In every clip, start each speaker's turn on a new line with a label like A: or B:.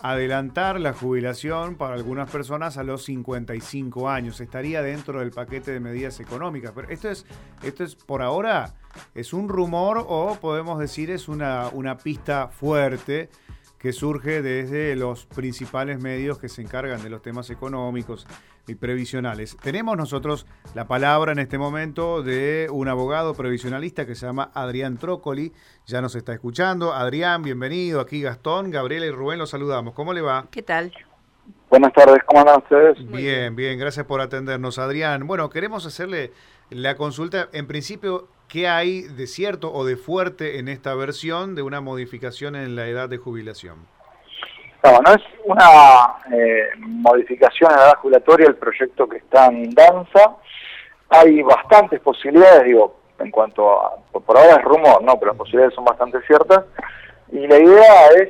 A: adelantar la jubilación para algunas personas a los 55 años. Estaría dentro del paquete de medidas económicas. Pero esto es por ahora, es un rumor o podemos decir es una pista fuerte que surge desde los principales medios que se encargan de los temas económicos y previsionales. Tenemos nosotros la palabra en este momento de un abogado previsionalista que se llama Adrián Trócoli. Ya nos está escuchando. Adrián, bienvenido. Aquí Gastón, Gabriela y Rubén los saludamos. ¿Cómo le va?
B: ¿Qué tal?
C: Buenas tardes, ¿cómo andan ustedes?
A: Bien, bien, gracias por atendernos, Adrián. Bueno, queremos hacerle la consulta. En principio, ¿qué hay de cierto o de fuerte en esta versión de una modificación en la edad de jubilación?
C: No es una modificación en la edad jubilatoria el proyecto que está en danza. Hay bastantes posibilidades, en cuanto a, por ahora es rumor, ¿no? Pero las posibilidades son bastante ciertas. Y la idea es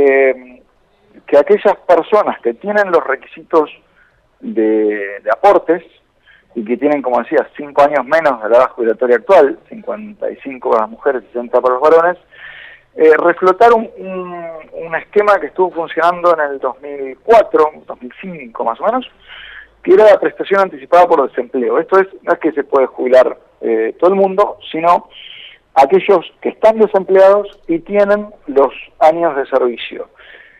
C: que aquellas personas que tienen los requisitos de aportes y que tienen, como decía, 5 años menos de la edad jubilatoria actual, 55 para las mujeres, 60 para los varones, reflotar un esquema que estuvo funcionando en el 2004, 2005 más o menos, que era la prestación anticipada por desempleo. Esto no es que se puede jubilar todo el mundo, sino aquellos que están desempleados y tienen los años de servicio.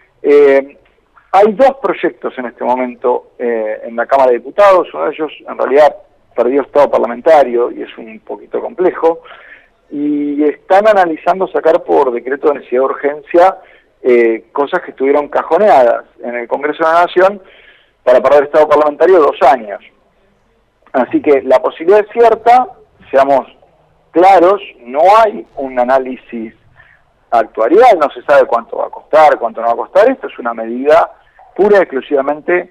C: Hay 2 proyectos en este momento en la Cámara de Diputados. Uno de ellos en realidad perdió estado parlamentario y es un poquito complejo, y están analizando sacar por decreto de necesidad de urgencia cosas que estuvieron cajoneadas en el Congreso de la Nación para perder estado parlamentario 2 años. Así que la posibilidad es cierta, seamos claros, no hay un análisis actuarial, no se sabe cuánto va a costar, cuánto no va a costar. Esto es una medida pura y exclusivamente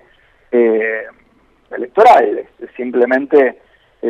C: electoral, es simplemente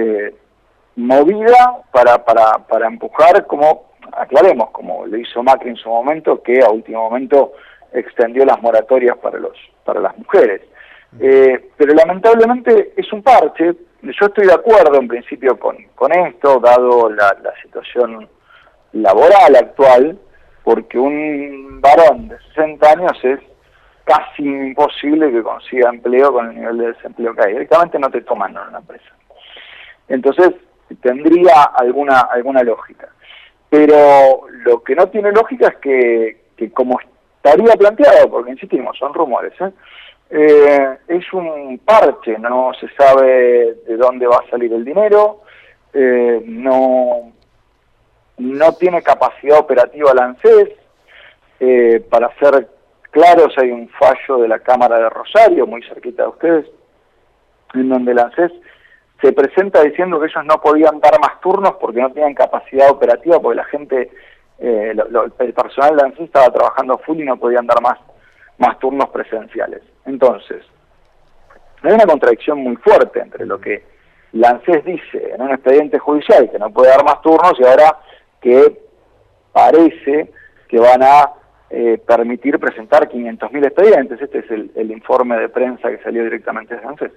C: movida para empujar, como aclaremos, como lo hizo Macri en su momento, que a último momento extendió las moratorias para las mujeres. Pero lamentablemente es un parche. Yo estoy de acuerdo en principio con esto, dado la situación laboral actual, porque un varón de 60 años es casi imposible que consiga empleo con el nivel de desempleo que hay. Directamente no te toman en una empresa. Entonces, tendría alguna lógica. Pero lo que no tiene lógica es que como estaría planteado, porque insistimos, son rumores, es un parche, no se sabe de dónde va a salir el dinero, no tiene capacidad operativa la ANSES. Para ser claros, hay un fallo de la Cámara de Rosario, muy cerquita de ustedes, en donde la ANSES se presenta diciendo que ellos no podían dar más turnos porque no tenían capacidad operativa, porque la gente, el personal de ANSES estaba trabajando full y no podían dar más turnos presenciales. Entonces, hay una contradicción muy fuerte entre lo que la ANSES dice en un expediente judicial que no puede dar más turnos y ahora que parece que van a permitir presentar 500.000 expedientes. Este es el informe de prensa que salió directamente de ANSES.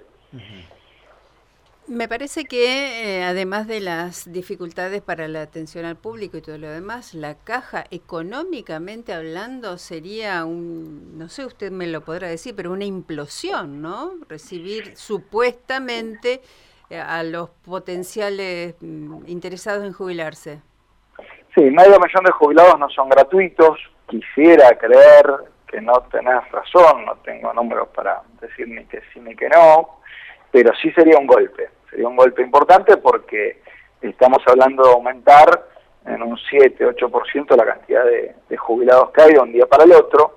B: Me parece que además de las dificultades para la atención al público y todo lo demás, la caja, económicamente hablando, sería no sé, usted me lo podrá decir, pero una implosión, ¿no? Recibir supuestamente a los potenciales interesados en jubilarse.
C: Sí, medio millón de jubilados no son gratuitos. Quisiera creer que no tenés razón, no tengo números para decir ni que sí ni que no, pero sí sería un golpe importante porque estamos hablando de aumentar en un 7-8% la cantidad de jubilados que hay de un día para el otro,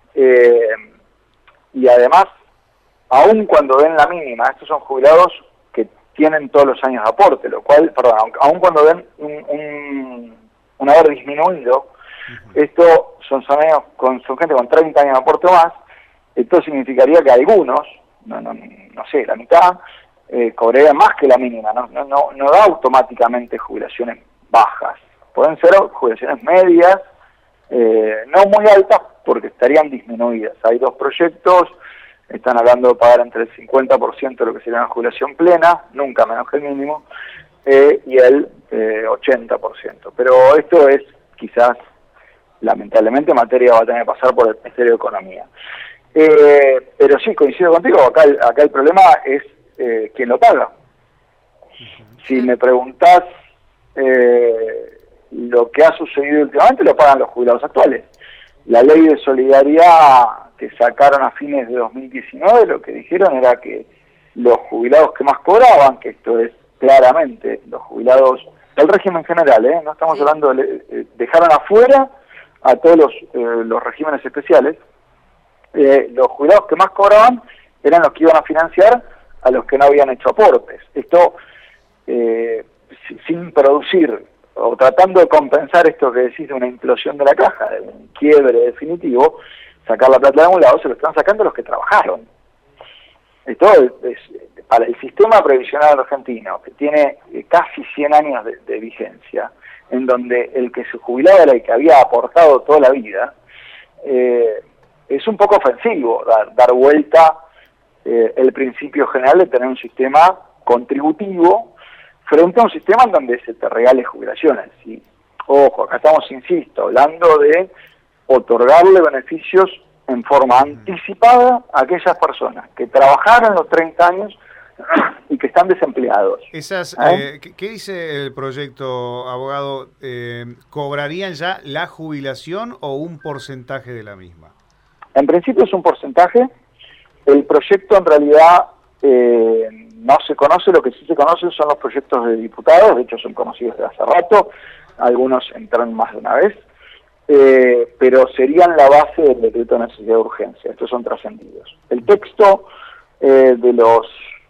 C: y además, aun cuando den la mínima, estos son jubilados que tienen todos los años de aporte, lo cual, aun cuando den un haber disminuido, esto son gente con 30 años de aporte más. Esto significaría que algunos, no sé, la mitad, cobrarían más que la mínima. No da automáticamente jubilaciones bajas. Pueden ser jubilaciones medias, no muy altas porque estarían disminuidas. Hay 2 proyectos, están hablando de pagar entre el 50% de lo que sería una jubilación plena, nunca menos que el mínimo, y el 80%. Pero esto es quizás lamentablemente materia va a tener que pasar por el Ministerio de Economía. Pero sí, coincido contigo, acá el problema es quién lo paga. Si me preguntás lo que ha sucedido últimamente, lo pagan los jubilados actuales. La ley de solidaridad que sacaron a fines de 2019, lo que dijeron era que los jubilados que más cobraban, que esto es claramente los jubilados del régimen general, no estamos hablando dejaron afuera a todos los regímenes especiales, los jubilados que más cobraban eran los que iban a financiar a los que no habían hecho aportes. Esto sin producir o tratando de compensar esto que decís de una implosión de la caja, de un quiebre definitivo, sacar la plata de un lado, se lo están sacando los que trabajaron. Esto es para el sistema previsional argentino, que tiene casi 100 años de vigencia, en donde el que se jubilaba era el que había aportado toda la vida, es un poco ofensivo dar vuelta el principio general de tener un sistema contributivo frente a un sistema en donde se te regale jubilaciones. ¿Sí? Ojo, acá estamos, insisto, hablando de otorgarle beneficios en forma anticipada a aquellas personas que trabajaron los 30 años y que están desempleados.
A: ¿Qué dice el proyecto, abogado? ¿Cobrarían ya la jubilación o un porcentaje de la misma?
C: En principio es un porcentaje. El proyecto en realidad no se conoce. Lo que sí se conoce son los proyectos de diputados. De hecho son conocidos de hace rato. Algunos entraron más de una vez. Pero serían la base del decreto de necesidad de urgencia. Estos son trascendidos. El texto de los...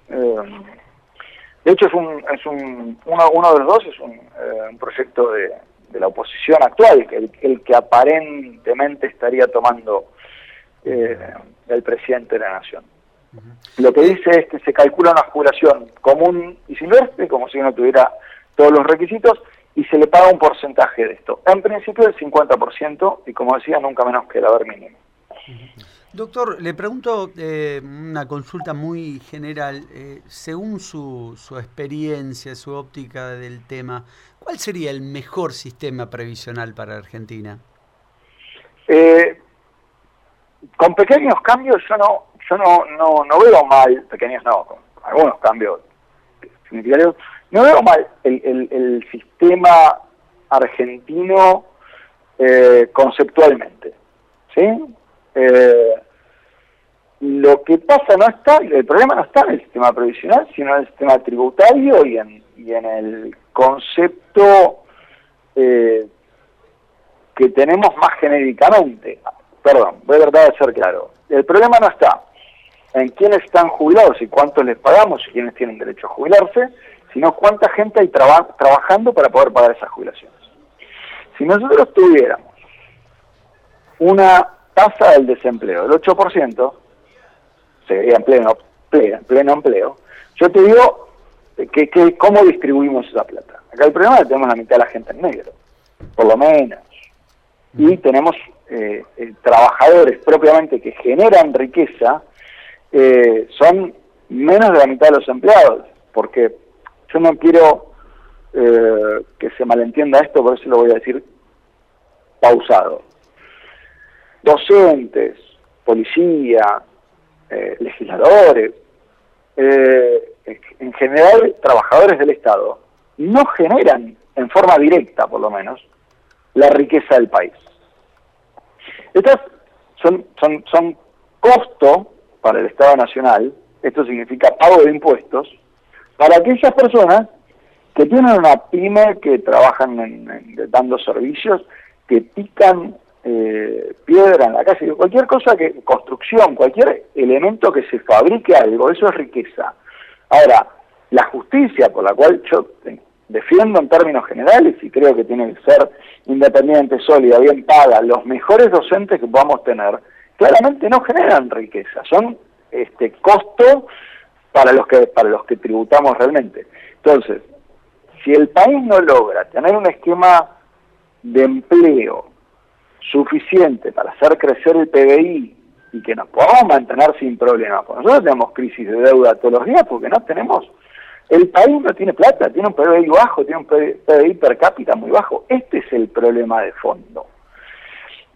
C: de hecho uno de los dos es un proyecto de la oposición actual, el que aparentemente estaría tomando el presidente de la Nación. Lo que dice es que se calcula una jubilación común y silvestre, como si no tuviera todos los requisitos, y se le paga un porcentaje de esto. En principio el 50%, y como decía, nunca menos que el haber mínimo.
D: Doctor, le pregunto una consulta muy general. Según su experiencia, su óptica del tema, ¿cuál sería el mejor sistema previsional para Argentina?
C: Con pequeños cambios yo no veo mal, pequeños no, con algunos cambios significativos, no veo mal el sistema argentino conceptualmente, ¿sí? Lo que pasa el problema no está en el sistema previsional, sino en el sistema tributario y en el concepto que tenemos más genéricamente. Perdón, voy a tratar de ser claro. El problema no está en quiénes están jubilados y cuántos les pagamos y quiénes tienen derecho a jubilarse, sino cuánta gente hay trabajando para poder pagar esas jubilaciones. Si nosotros tuviéramos una tasa del desempleo del 8%, sería en pleno empleo, yo te digo cómo distribuimos esa plata. Acá el problema es que tenemos la mitad de la gente en negro, por lo menos. Y tenemos trabajadores propiamente que generan riqueza, son menos de la mitad de los empleados, porque yo no quiero que se malentienda esto, por eso lo voy a decir pausado. Docentes, policía, legisladores, en general trabajadores del Estado, no generan, en forma directa por lo menos, la riqueza del país. Estas son costo para el Estado Nacional, esto significa pago de impuestos, para aquellas personas que tienen una pyme, que trabajan dando servicios, que pican piedra en la calle, cualquier cosa, construcción, cualquier elemento que se fabrique algo, eso es riqueza. Ahora, la justicia, por la cual yo defiendo en términos generales y creo que tiene que ser independiente, sólida, bien paga, los mejores docentes que podamos tener, claramente no generan riqueza, son costo para los que tributamos realmente. Entonces, si el país no logra tener un esquema de empleo suficiente para hacer crecer el PBI y que nos podamos mantener sin problemas, porque nosotros tenemos crisis de deuda todos los días porque no tenemos, el país no tiene plata, tiene un PBI bajo, tiene un PBI per cápita muy bajo. Este es el problema de fondo.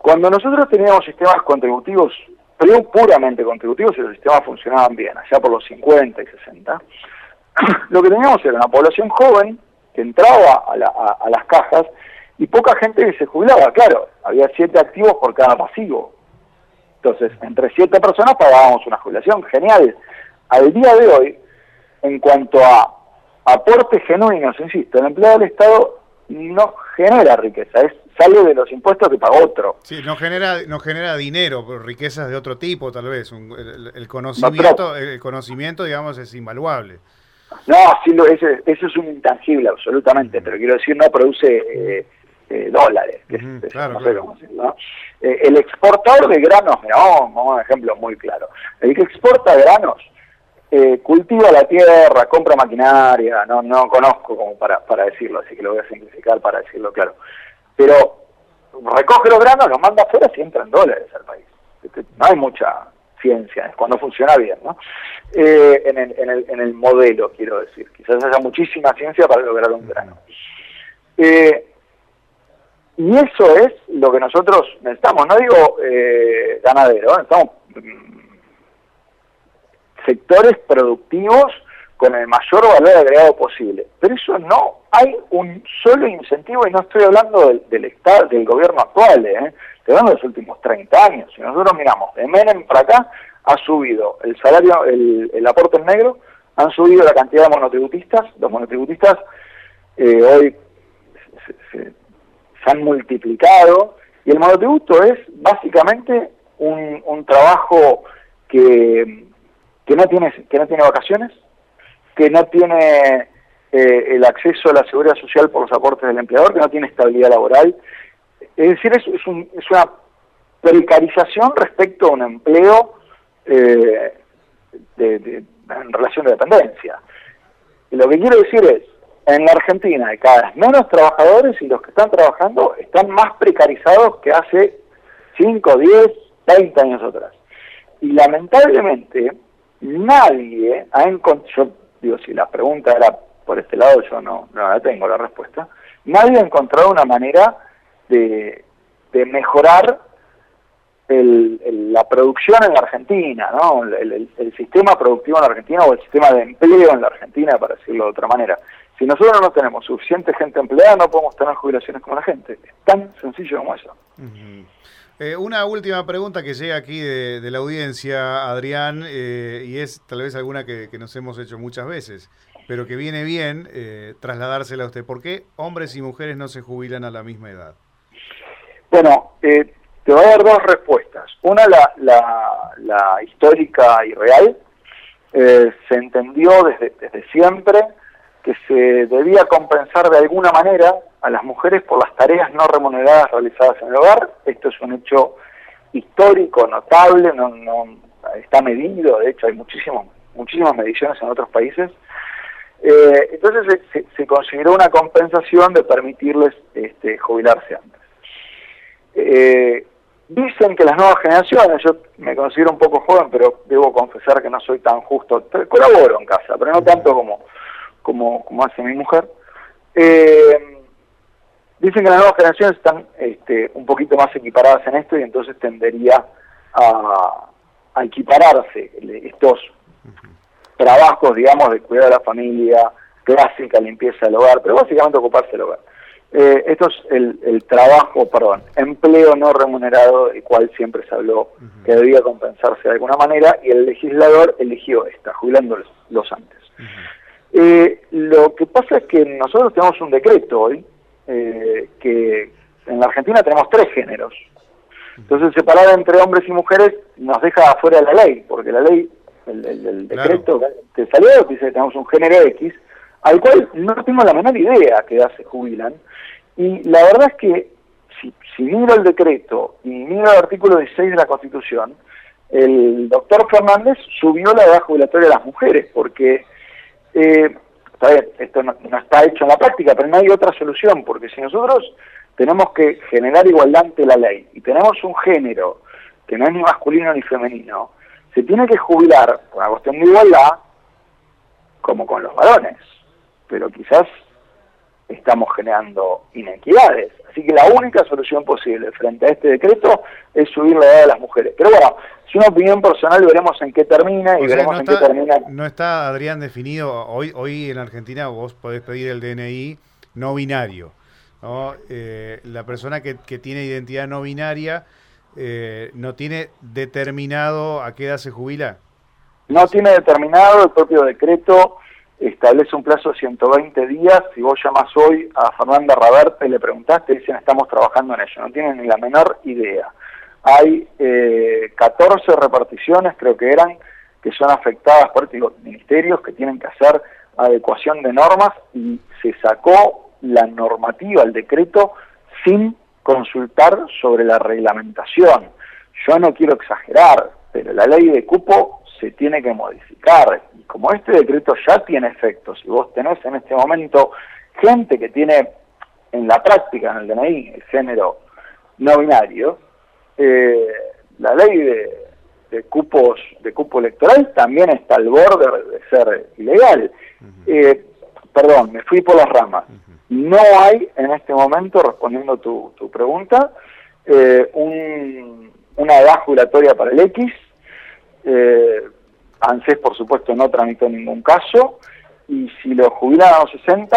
C: Cuando nosotros teníamos sistemas contributivos, pero puramente contributivos, y los sistemas funcionaban bien, allá por los 50 y 60, lo que teníamos era una población joven que entraba a las cajas y poca gente que se jubilaba. Claro, había 7 activos por cada pasivo. Entonces, entre 7 personas pagábamos una jubilación. Genial. Al día de hoy, en cuanto a aportes genuinos, insisto, el empleado del Estado no genera riqueza, sale de los impuestos que paga otro.
A: Sí, no genera dinero, pero riquezas de otro tipo, tal vez. El conocimiento, digamos, es invaluable.
C: No, sí, ese es un intangible, absolutamente, pero quiero decir, no produce dólares, que
A: claro,
C: no sé cómo decirlo, ¿no? El exportador de granos, mira, vamos a un ejemplo muy claro. El que exporta granos cultiva la tierra, compra maquinaria, no conozco como para decirlo, así que lo voy a simplificar para decirlo claro. Pero recoge los granos, los manda afuera y entra en dólares al país. No hay mucha ciencia, es cuando funciona bien, ¿no? En el modelo, quiero decir. Quizás haya muchísima ciencia para lograr un grano. Y eso es lo que nosotros necesitamos. No digo ganadero, necesitamos sectores productivos con el mayor valor agregado posible. Pero eso no hay un solo incentivo, y no estoy hablando del Estado, del gobierno actual, estoy hablando de los últimos 30 años. Si nosotros miramos, de Menem para acá, ha subido el salario, el aporte en negro, han subido la cantidad de monotributistas. Los monotributistas hoy se han multiplicado, y el monotributo es básicamente un trabajo que no tiene vacaciones, que no tiene el acceso a la seguridad social por los aportes del empleador, que no tiene estabilidad laboral. Es decir, es una precarización respecto a un empleo en relación de dependencia. Y lo que quiero decir es, en la Argentina hay cada vez menos trabajadores, y los que están trabajando están más precarizados que hace 5, 10, 20 años atrás. Y lamentablemente nadie ha encontrado, yo digo, si la pregunta era por este lado, yo no la tengo la respuesta, nadie ha encontrado una manera de mejorar la producción en la Argentina, ¿no? El sistema productivo en la Argentina, o el sistema de empleo en la Argentina, para decirlo de otra manera. Si nosotros no tenemos suficiente gente empleada, no podemos tener jubilaciones como la gente. Es tan sencillo como eso.
A: Una última pregunta que llega aquí de la audiencia, Adrián, y es tal vez alguna que nos hemos hecho muchas veces, pero que viene bien trasladársela a usted. ¿Por qué hombres y mujeres no se jubilan a la misma edad?
C: Bueno, te voy a dar dos respuestas. Una, la histórica y real. Se entendió desde siempre que se debía compensar de alguna manera a las mujeres por las tareas no remuneradas realizadas en el hogar. Esto es un hecho histórico, notable, no está medido, de hecho hay muchísimas mediciones en otros países. Entonces se consideró una compensación de permitirles jubilarse antes. Dicen que las nuevas generaciones, yo me considero un poco joven, pero debo confesar que no soy tan justo, colaboro en casa, pero no tanto como hace mi mujer. Dicen que las nuevas generaciones están un poquito más equiparadas en esto, y entonces tendería a equipararse estos trabajos, digamos, de cuidar a la familia, clásica limpieza del hogar, pero básicamente ocuparse del hogar. Esto es el trabajo, empleo no remunerado, del cual siempre se habló que debía compensarse de alguna manera, y el legislador eligió jubilándolos antes. Lo que pasa es que nosotros tenemos un decreto hoy, que en la Argentina tenemos 3 géneros. Entonces, separar entre hombres y mujeres nos deja afuera de la ley, porque la ley, el decreto que salió, dice que tenemos un género X, al cual no tengo la menor idea a qué edad se jubilan. Y la verdad es que si miro el decreto y miro el artículo 16 de la Constitución, el doctor Fernández subió la edad jubilatoria de las mujeres, porque está bien, esto no está hecho en la práctica, pero no hay otra solución, porque si nosotros tenemos que generar igualdad ante la ley y tenemos un género que no es ni masculino ni femenino, se tiene que jubilar por una cuestión de igualdad como con los varones, pero quizás estamos generando inequidades. Así que la única solución posible frente a este decreto es subir la edad de las mujeres. Pero bueno, es una opinión personal, veremos en qué termina y veremos en qué termina.
A: No está, Adrián, definido. Hoy en Argentina vos podés pedir el DNI no binario, ¿no? La persona que tiene identidad no binaria no tiene determinado a qué edad se jubila.
C: No tiene determinado, el propio decreto establece un plazo de 120 días. Si vos llamás hoy a Fernanda Raverte y le preguntaste, dicen estamos trabajando en ello, no tienen ni la menor idea. Hay 14 reparticiones, creo que eran, que son afectadas por ministerios que tienen que hacer adecuación de normas y se sacó la normativa, el decreto, sin consultar sobre la reglamentación. Yo no quiero exagerar, pero la ley de cupo se tiene que modificar. Y como este decreto ya tiene efectos, y vos tenés en este momento gente que tiene en la práctica, en el DNI, el género no binario, la ley de cupo electoral también está al borde de ser ilegal. Perdón, me fui por las ramas. No hay en este momento, respondiendo tu pregunta, una edad jubilatoria para el X. ANSES, por supuesto, no tramitó ningún caso, y si lo jubilan a los 60,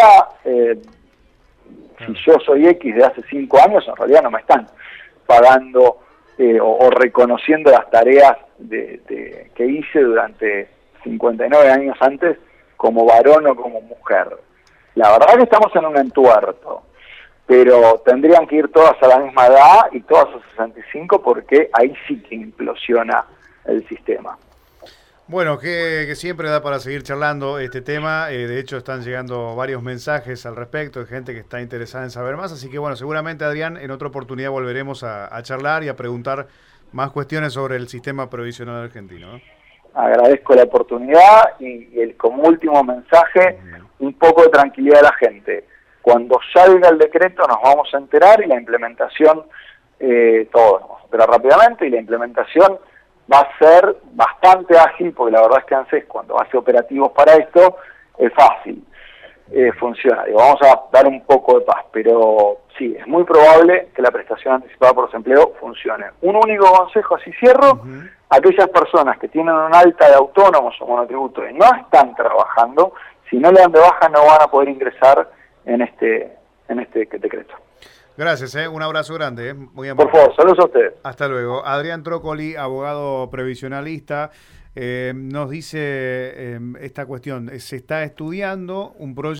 C: si yo soy X de hace 5 años, en realidad no me están pagando o reconociendo las tareas que hice durante 59 años antes como varón o como mujer. La verdad que estamos en un entuerto, pero tendrían que ir todas a la misma edad y todas a 65, porque ahí sí que implosiona el sistema.
A: Bueno, que siempre da para seguir charlando este tema. De hecho, están llegando varios mensajes al respecto de gente que está interesada en saber más. Así que, bueno, seguramente, Adrián, en otra oportunidad volveremos a charlar y a preguntar más cuestiones sobre el sistema previsional argentino, ¿no?
C: Agradezco la oportunidad y como último mensaje, un poco de tranquilidad a la gente. Cuando salga el decreto nos vamos a enterar y la implementación, todos nos vamos a enterar rápidamente, y la implementación va a ser bastante ágil, porque la verdad es que ANSES, cuando hace operativos para esto, es fácil, funciona. Y vamos a dar un poco de paz, pero sí, es muy probable que la prestación anticipada por desempleo funcione. Un único consejo, así cierro: aquellas personas que tienen un alta de autónomos o monotributos y no están trabajando, si no le dan de baja no van a poder ingresar en este decreto.
A: Gracias, un abrazo grande. Muy amable.
C: Por favor, saludos a ustedes.
A: Hasta luego. Adrián Trócoli, abogado previsionalista, nos dice esta cuestión. Se está estudiando un proyecto